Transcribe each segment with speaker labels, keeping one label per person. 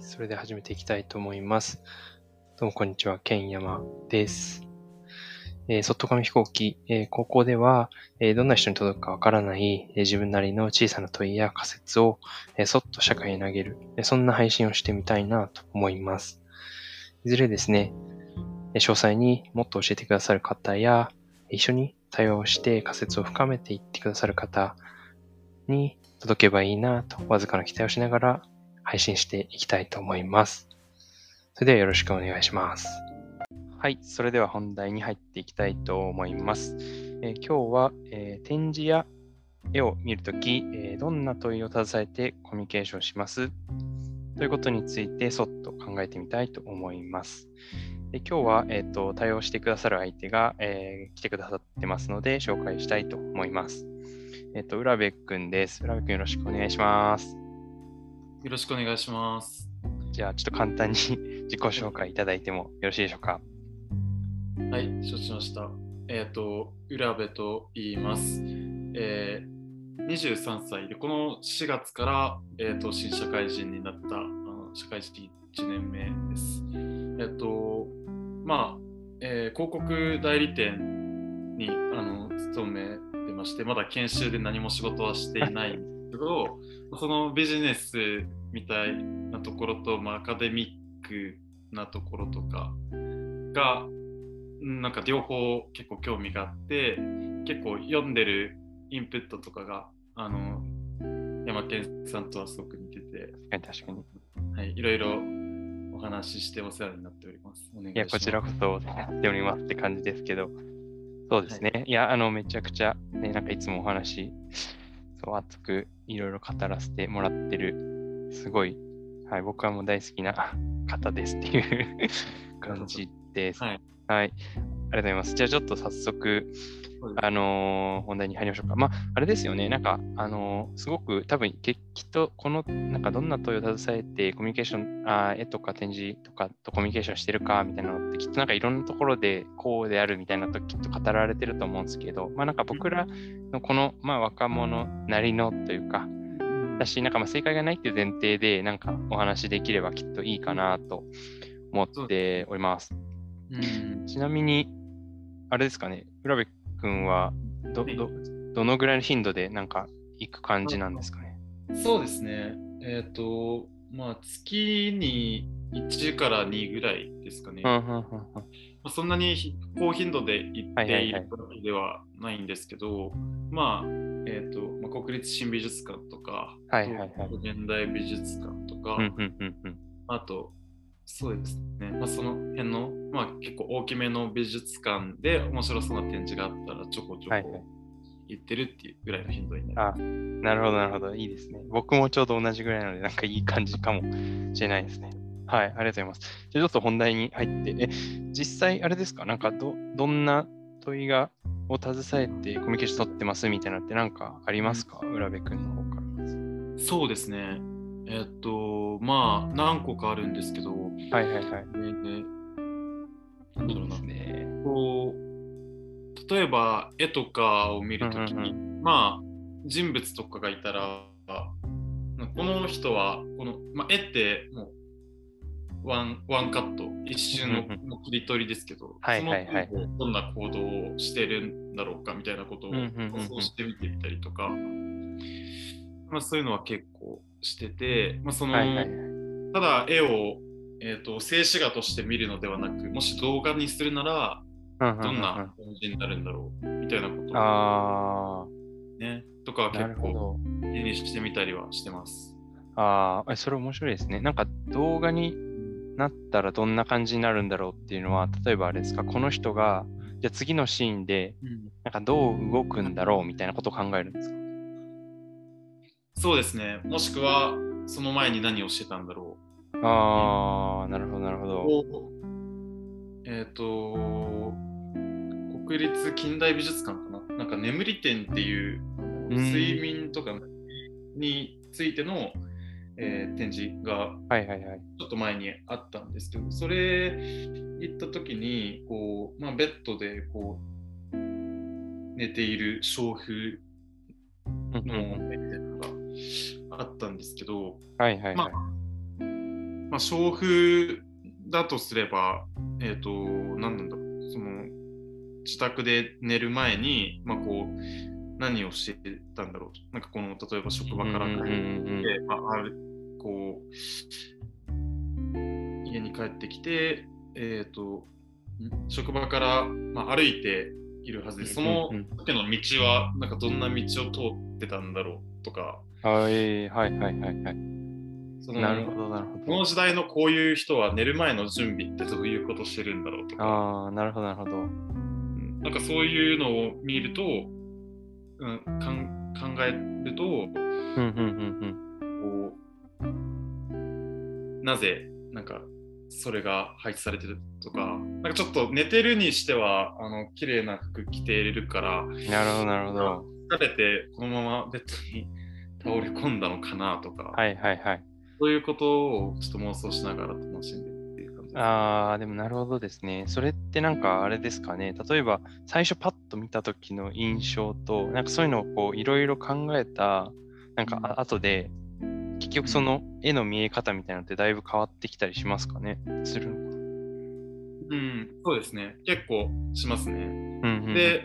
Speaker 1: それでは始めていきたいと思います。どうもこんにちは、ケンヤマです。外紙飛行機、高校では、どんな人に届くかわからない、自分なりの小さな問いや仮説を、そっと社会に投げる、そんな配信をしてみたいなと思います。いずれですね、詳細にもっと教えてくださる方や、一緒に対話をして仮説を深めていってくださる方に届けばいいなと、わずかな期待をしながら配信していきたいと思います。それではよろしくお願いします。はい、それでは本題に入っていきたいと思います。今日は、展示や絵を見るとき、どんな問いを携えてコミュニケーションしますということについてそっと考えてみたいと思います。今日は、対応してくださる相手が、来てくださってますので紹介したいと思います。浦部くんです。浦部くんよろしくお願いします。
Speaker 2: よろしくお願いします。
Speaker 1: じゃあちょっと簡単に自己紹介いただいてもよろしいでしょうか。
Speaker 2: はい、承知しました。浦部と言います。23歳で、この4月から、新社会人になった社会人1年目です。広告代理店に勤めてまして、まだ研修で何も仕事はしていないんですけど、そのビジネスみたいなところと、アカデミックなところとかがなんか両方結構興味があって、結構読んでるインプットとかが山健さんとはすごく似てて、
Speaker 1: 確かに。
Speaker 2: はい、いろいろお話ししてお世話になっております。お願いします。
Speaker 1: こちらこそやっておりますって感じですけど、そうですね。はい、めちゃくちゃ、ね、なんかいつもお話、そう熱くいろいろ語らせてもらってる、すごい、はい、僕はもう大好きな方ですっていう感じです。はい。はい。ありがとうございます。じゃあちょっと早速、本題に入りましょうか。あれですよね。なんか、すごく多分、きっと、この、なんかどんな問いを携えて、コミュニケーション、絵とか展示とかとコミュニケーションしてるかみたいなのって、きっとなんかいろんなところでこうであるみたいなときっと語られてると思うんですけど、なんか僕らのこの、若者なりのというか、だし、なんか正解がないっていう前提で、なんかお話できればきっといいかなと思っております。ちなみに、あれですかね、浦部君はどのぐらいの頻度でなんか行く感じなんですかね。
Speaker 2: そうですね。月に1から2ぐらいですかね。そんなに高頻度で行っているわけではないんですけど、国立新美術館とか、現代美術館とか、あと、そうですね、その辺の、結構大きめの美術館で面白そうな展示があったらちょこちょこ行ってるっていうぐらいの頻度になります。
Speaker 1: なるほど、なるほど。いいですね。僕もちょうど同じぐらいなので、なんかいい感じかもしれないですね。はい、ありがとうございます。じゃあちょっと本題に入って、実際あれですか、なんかどんな問いを携えてコミュニケーション取ってますみたいなってなんかありますか、浦部君の方から。
Speaker 2: そうですね。何個かあるんですけど、なんだろうな。こう、例えば絵とかを見るときに、人物とかがいたら、この人は絵ってもうワンカット、一瞬の切り取りですけど、そのどんな行動をしてるんだろうかみたいなことを予想して見てみたりとか、そういうのは結構してて、ただ絵を、静止画として見るのではなく、もし動画にするならどんな感じになるんだろうみたいなことを、とかは結構気にしてみたりはしてます。
Speaker 1: それ面白いですね。なんか動画になったらどんな感じになるんだろうっていうのは、例えばあれですか、この人がじゃあ次のシーンでなんかどう動くんだろうみたいなことを考えるんですか。
Speaker 2: そうですね。もしくはその前に何をしてたんだろう。
Speaker 1: なるほどなるほど。
Speaker 2: 国立近代美術館かな。なんか眠り展っていう睡眠とかについての、展示がちょっと前にあったんですけど、それ行った時にこう、ベッドでこう寝ている娼婦の絵があったんですけど、 まあ、娼婦だとすれば、何なんだろう、その自宅で寝る前に、まあ、こう何をしてたんだろう、なんかこの例えば職場から帰って、まあ、こう家に帰ってきて、職場から、まあ、歩いているはずで、その時の道はなんかどんな道を通ってたんだろうとか、
Speaker 1: はいはいはいはいはい。なるほどなるほど。
Speaker 2: この時代のこういう人は寝る前の準備ってどういうことしてるんだろうとか、
Speaker 1: ああ、なるほどなるほど。
Speaker 2: なんかそういうのを見ると、考えると、こうなぜなんかそれが配置されてるとか、なんかちょっと寝てるにしては綺麗な服着ているから、
Speaker 1: なるほどなるほど。
Speaker 2: 疲れてこのままベッドに倒れ込んだのかなとか、
Speaker 1: はいはいはい。
Speaker 2: そういうことをちょっと妄想しながら楽しんでるっていう感じです。
Speaker 1: ああ、でもなるほどですね。それってなんかあれですかね。例えば最初パッと見た時の印象と、なんかそういうのをこういろいろ考えた、なんか後で、結局その絵の見え方みたいなのってだいぶ変わってきたりしますかね。するのかな。
Speaker 2: そうですね。結構しますね。で、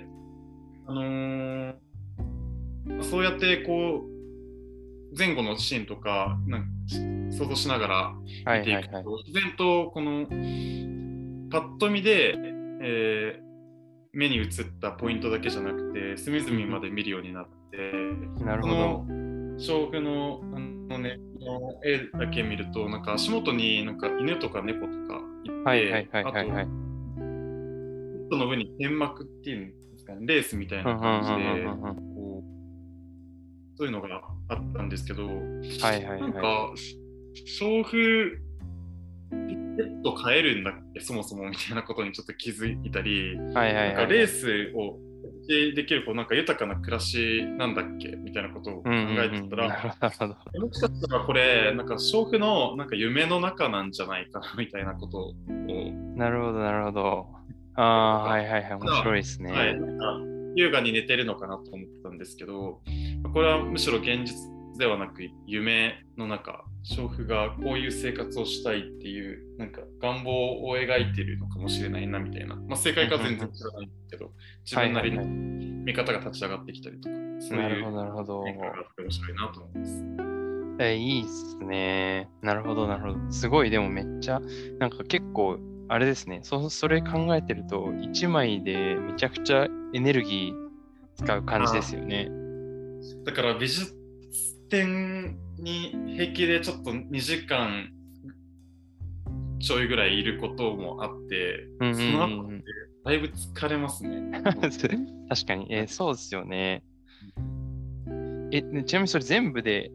Speaker 2: そうやってこう前後のシーンとかなんか想像しながら見ていくと、自然とこのパッと見で、目に映ったポイントだけじゃなくて隅々まで見るようになって、
Speaker 1: なるほど。
Speaker 2: 娼婦の絵だけ見るとなんか足元になんか犬とか猫とかいて、あとベッドの上に天幕っていうんですかね、レースみたいな感じでこうそういうのがあったんですけど、なんか娼婦ペット飼えるんだっけそもそもみたいなことにちょっと気づいたり、なんかレースをできるこうなんか豊かな暮らしなんだっけみたいなことを考えてたら、もしかしたらこれなんか娼婦のなんか夢の中なんじゃないかなみたいなことを。
Speaker 1: なるほどなるほど。ああ、はいはいはい、面白いですね。
Speaker 2: はい、なんか優雅に寝てるのかなと思ってたんですけど、これはむしろ現実ではなく夢の中、娼婦がこういう生活をしたいっていうなんか願望を描いてるのかもしれないなみたいな、まあ、正解か全然知らないんですけど、自分なりの見方が立ち上がってきたりとか、そういう変化があって面白いなと思います。
Speaker 1: いいっすね。なるほどなるほど。すごいでもめっちゃなんか結構あれですね。それ考えてると1枚でめちゃくちゃエネルギー使う感じですよね。
Speaker 2: だから美術展に平気でちょっと2時間ちょいぐらいいることもあって、その後ってだいぶ疲れますね。
Speaker 1: 確かに、そうですよね。ちなみにそれ全部で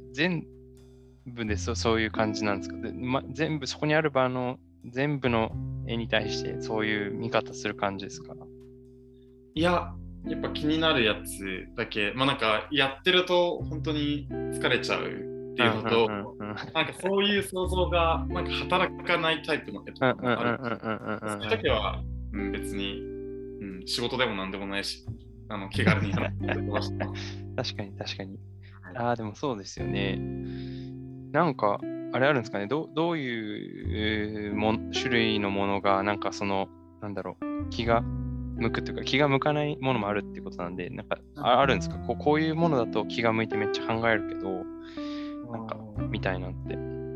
Speaker 1: そういう感じなんですか？全部そこにある場の全部の絵に対してそういう見方する感じですか？
Speaker 2: いや、やっぱ気になるやつだけ、まあなんかやってると本当に疲れちゃうっていうのと、なんかそういう想像がなんか働かないタイプの絵とかもある。そういう時は、別に、仕事でもなんでもないし、気軽にやってました。
Speaker 1: 確かに確かに。でもそうですよね。なんか、あれあるんですかね。どういう種類のものが、なんかなんだろう、気が向くというか、気が向かないものもあるってことなんで、なんか、あるんですか？こういうものだと気が向いてめっちゃ考えるけど、なんか、みたいなんて。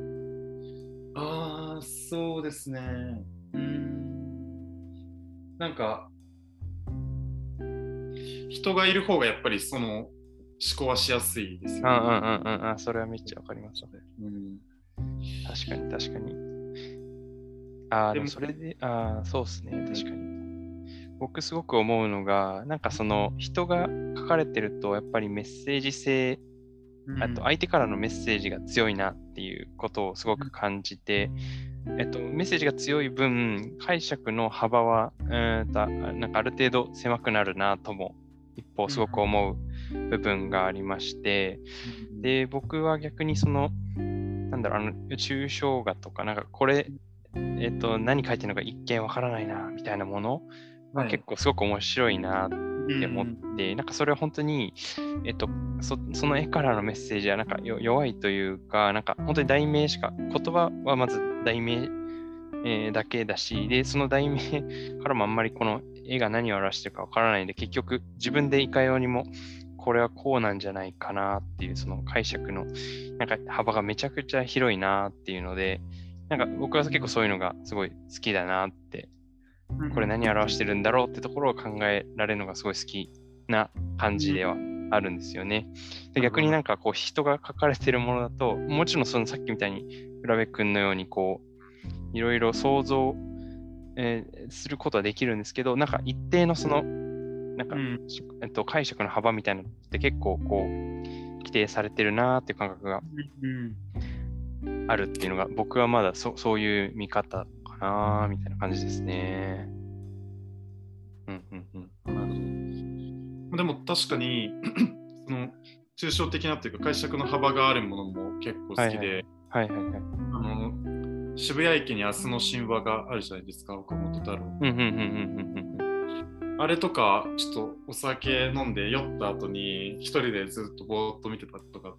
Speaker 2: そうですね。なんか、人がいる方がやっぱり思考はしやすいですよね。
Speaker 1: それはめっちゃわかりますね。確かに確かに。でもそれで、そうですね、確かに。僕すごく思うのが、なんか人が書かれてると、やっぱりメッセージ性、あと相手からのメッセージが強いなっていうことをすごく感じて、メッセージが強い分、解釈の幅は、なんかある程度狭くなるなとも、一方すごく思う部分がありまして、で、僕は逆になんだろう、抽象画とか、なんかこれ、何書いてるのか一見わからないな、みたいなものは結構すごく面白いなって思って、なんかそれは本当に、その絵からのメッセージはなんか弱いというか、なんか本当に題名しか、言葉はまず題名、だけだし、で、その題名からもあんまりこの絵が何を表してるかわからないんで、結局自分でいかようにも、これはこうなんじゃないかなっていう、その解釈のなんか幅がめちゃくちゃ広いなっていうので、なんか僕は結構そういうのがすごい好きだなって、これ何を表してるんだろうってところを考えられるのがすごい好きな感じではあるんですよね。で、逆になんかこう人が描かれてるものだと、もちろんそのさっきみたいに浦部君のようにこう、いろいろ想像、することはできるんですけど、なんか一定のその、なんか、解釈の幅みたいなのって結構こう、規定されてるなーっていう感覚があるっていうのが、僕はまだそういう見方かなーみたいな感じですね。
Speaker 2: なるほど。でも確かにその抽象的なというか解釈の幅があるものも結構好きで、渋谷駅に明日の神話があるじゃないですか、岡本太郎。あれとか、ちょっとお酒飲んで酔った後に一人でずっとぼーっと見てたことがあって、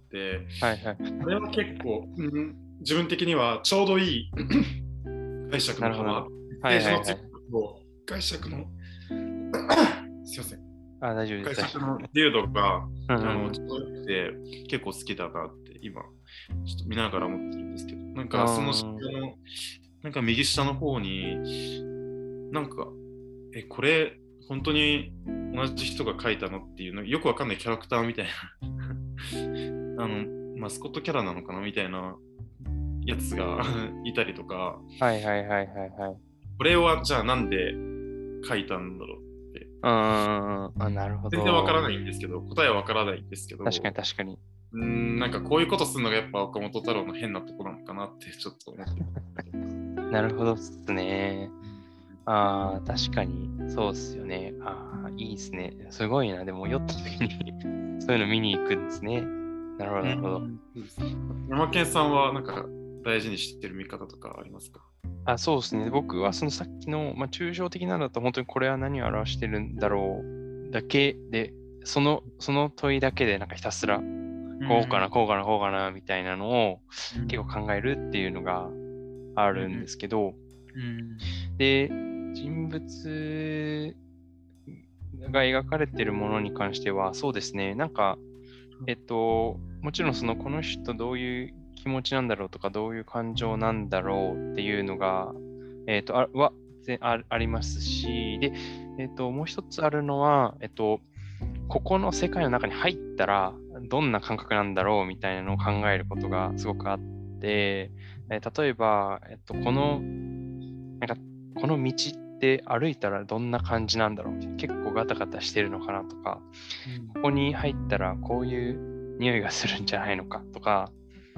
Speaker 2: あれは結構、自分的にはちょうどいい解釈の幅、解釈のすいません。
Speaker 1: 大丈夫です。
Speaker 2: 解釈の自由度がちょうどよくて結構好きだなって今ちょっと見ながら思ってるんですけど、なんかそのなんか右下の方になんかこれ本当に同じ人が書いたのっていうのよくわかんないキャラクターみたいなマスコットキャラなのかなみたいなやつがいたりとか、これはじゃあなんで書いたんだろうって。
Speaker 1: なるほど。
Speaker 2: 全然わからないんですけど、答えはわからないんですけど、
Speaker 1: 確かに。
Speaker 2: なんかこういうことするのがやっぱ岡本太郎の変なところなのかなってちょっと思って。
Speaker 1: なるほどっすね。確かにそうっすよね。いいっすね。すごいな。でも酔った時にそういうの見に行くんですね。なるほど。
Speaker 2: 山健さんはなんか大事にしてる見方とかありますか？
Speaker 1: そうですね。僕はそのさっきの、抽象的なのだと本当にこれは何を表してるんだろうだけで、その問いだけでなんかひたすらこうかなみたいなのを結構考えるっていうのがあるんですけど、で、人物が描かれてるものに関してはそうですね。なんか、もちろんこの人どういう気持ちなんだろうとかどういう感情なんだろうっていうのが、ありますし、で、もう一つあるのは、ここの世界の中に入ったらどんな感覚なんだろうみたいなのを考えることがすごくあって、例えば、この道って歩いたらどんな感じなんだろうみたいな、結構ガタガタしてるのかなとか、ここに入ったらこういう匂いがするんじゃないのかとか、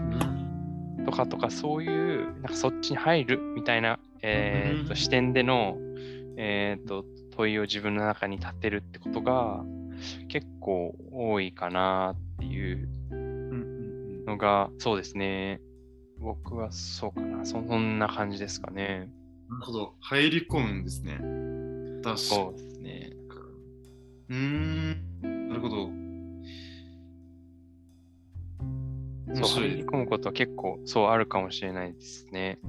Speaker 1: そういうなんかそっちに入るみたいな、視点での、問いを自分の中に立てるってことが結構多いかなっていうのが、そうですね。僕はそうかな。そんな感じですかね。
Speaker 2: なるほど。入り込むんですね。確かに。
Speaker 1: そうですね。
Speaker 2: なるほど。
Speaker 1: 入り込むことは結構あるかもしれないですね。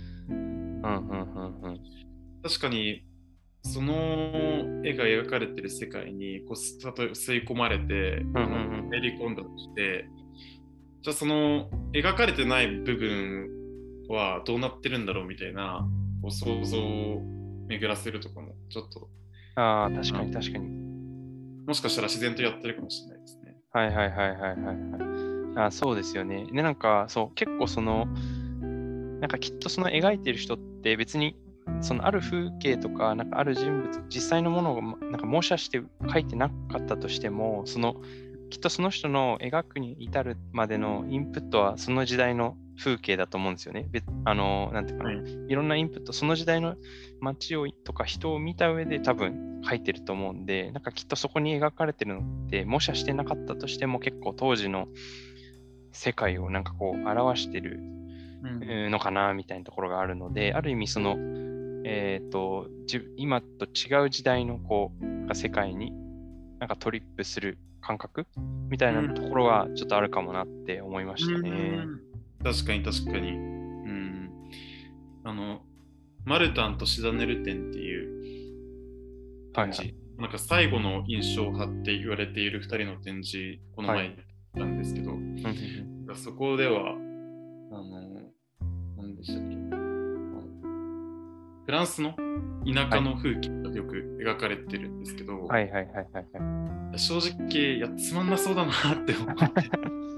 Speaker 2: 確かにその絵が描かれてる世界に例えば吸い込まれて入り込んだとして、じゃあその描かれてない部分はどうなってるんだろうみたいな想像を巡らせるとかもちょっと
Speaker 1: 確かに
Speaker 2: もしかしたら自然とやってるかもしれないですね。
Speaker 1: そうですよね。で、なんか結構なんかきっと描いてる人って別にある風景とか、なんかある人物、実際のものをなんか模写して描いてなかったとしても、きっとその人の描くに至るまでのインプットはその時代の風景だと思うんですよね。なんていうかな、いろんなインプット、その時代の街をとか人を見た上で多分描いてると思うんで、なんかきっとそこに描かれてるのって模写してなかったとしても結構当時の世界をなんかこう表してるのかなみたいなところがあるので、ある意味今と違う時代の世界になんかトリップする感覚みたいなところはちょっとあるかもなって思いましたね。
Speaker 2: 確かに。 マルタンとシダネル展っていう展示、
Speaker 1: はい
Speaker 2: なんか最後の印象派って言われている2人の展示、この前なんですけど、そこでは、何でしたっけ、フランスの田舎の風景がよく描かれてるんですけど、正直、いや、つまんなそうだなって思って、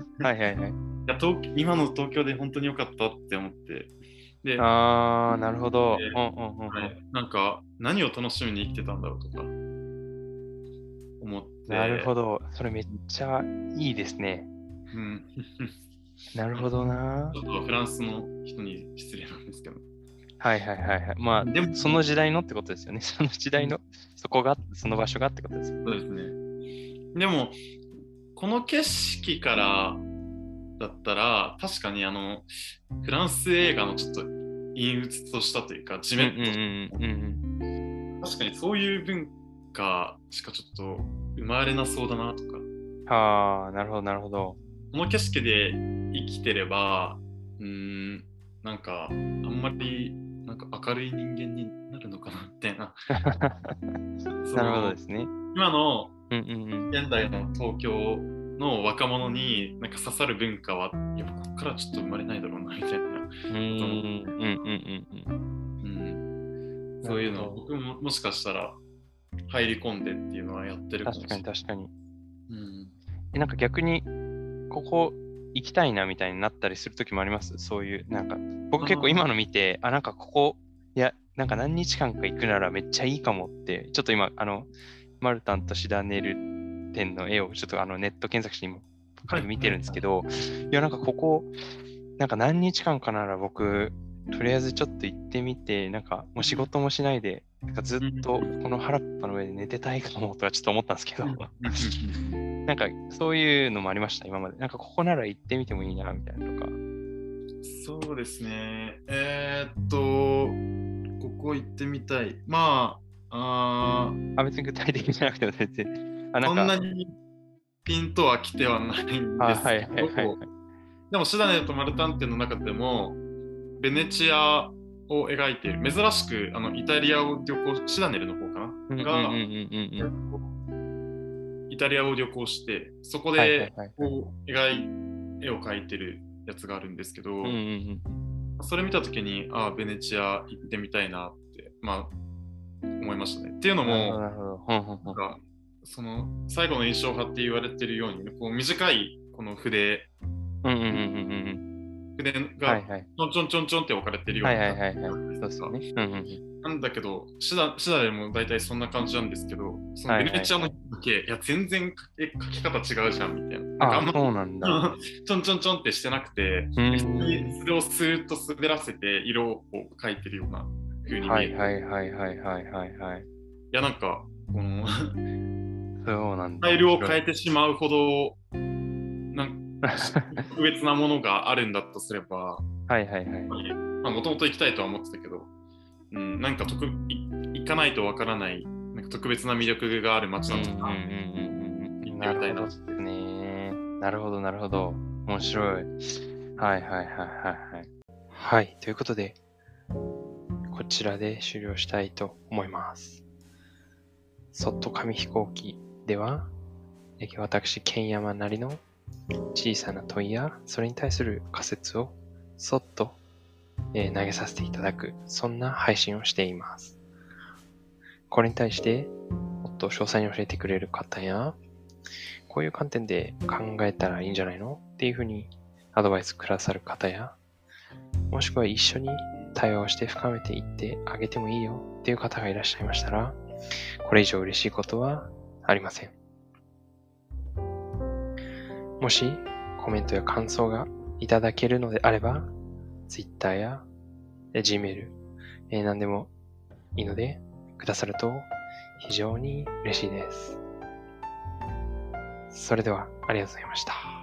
Speaker 2: 今の東京で本当に良かったって思って、で、
Speaker 1: なるほど。
Speaker 2: なんか、何を楽しみに生きてたんだろうとか、思って。
Speaker 1: なるほど。それめっちゃいいですね。なるほどな。
Speaker 2: ちょっとフランスの人に失礼なんですけど。
Speaker 1: まあ、でもその時代のってことですよね。その時代の、その場所がってことですよね。
Speaker 2: そうですね。でも、この景色からだったら、確かにフランス映画のちょっと陰鬱としたというか、ジメッと、確かにそういう文化しかちょっと生まれなそうだなとか。
Speaker 1: なるほど、なるほど。
Speaker 2: この景色で生きてれば、なんか、あんまり、なんか明るい人間になるのかなみたいな。
Speaker 1: なるほどですね。
Speaker 2: 今の現代の東京の若者になんか刺さる文化は、やっぱここからちょっと生まれないだろうなみたいな。そういうのを僕ももしかしたら入り込んでっていうのはやってるかもしれない。
Speaker 1: 確かに。なんか逆に、ここ行きたいなみたいになったりするときもあります？そういう、なんか、僕結構今の見て、なんかここ、いや、なんか何日間か行くならめっちゃいいかもって、ちょっと今、マルタンとシダネル展の絵をちょっとネット検索して今、見てるんですけど、いや、なんかここ、なんか何日間かなら僕、とりあえずちょっと行ってみて、なんかもう仕事もしないで、なんかずっとこの原っぱの上で寝てたいかもとかちょっと思ったんですけど、なんかそういうのもありました、今まで。なんかここなら行ってみてもいいな、みたいなとか。
Speaker 2: そうですね。ここ行ってみたい。まあ、
Speaker 1: 別に具体的じゃなくても全然。
Speaker 2: そんなにピンとは来てはないんですけど、でもシダネルとマルタン展の中でも、ベネチアを描いている、珍しくイタリアを旅行、シダネルの方かなが、イタリアを旅行して、そこで絵を描いてるやつがあるんですけど、それ見たときに、ベネチア行ってみたいなって、思いましたね。っていうのも、なんかその最後の印象派って言われてるように、こう短いこの筆がちょんちょんちょんちょんって置かれてるような。なんだけど、シダレも大体そんな感じなんですけど、そのベネチアのだけ、いや、全然描き方違うじゃんみたいな。なんか
Speaker 1: そうなんだ。
Speaker 2: ちょんちょんちょんってしてなくて、それをスーッと滑らせて色を描いてるような風に見える。いや、なんか、このスタイルを変えてしまうほど、なんか特別なものがあるんだとすれば、もともと行きたいとは思ってたけど、なんか行かないとわからない、なんか特別な魅力がある街なんだな。行ってみたいな。
Speaker 1: なるほど、なるほど。面白い。はい、ということで、こちらで終了したいと思います。そっと紙飛行機では、私、ケンヤマなりの小さな問いや、それに対する仮説をそっと投げさせていただく、そんな配信をしています。これに対して、もっと詳細に教えてくれる方や、こういう観点で考えたらいいんじゃないのっていうふうにアドバイスくださる方や、もしくは一緒に対話をして深めていってあげてもいいよっていう方がいらっしゃいましたら、これ以上嬉しいことはありません。もしコメントや感想がいただけるのであれば、Twitter や Gmail、何でもいいのでくださると非常に嬉しいです。それではありがとうございました。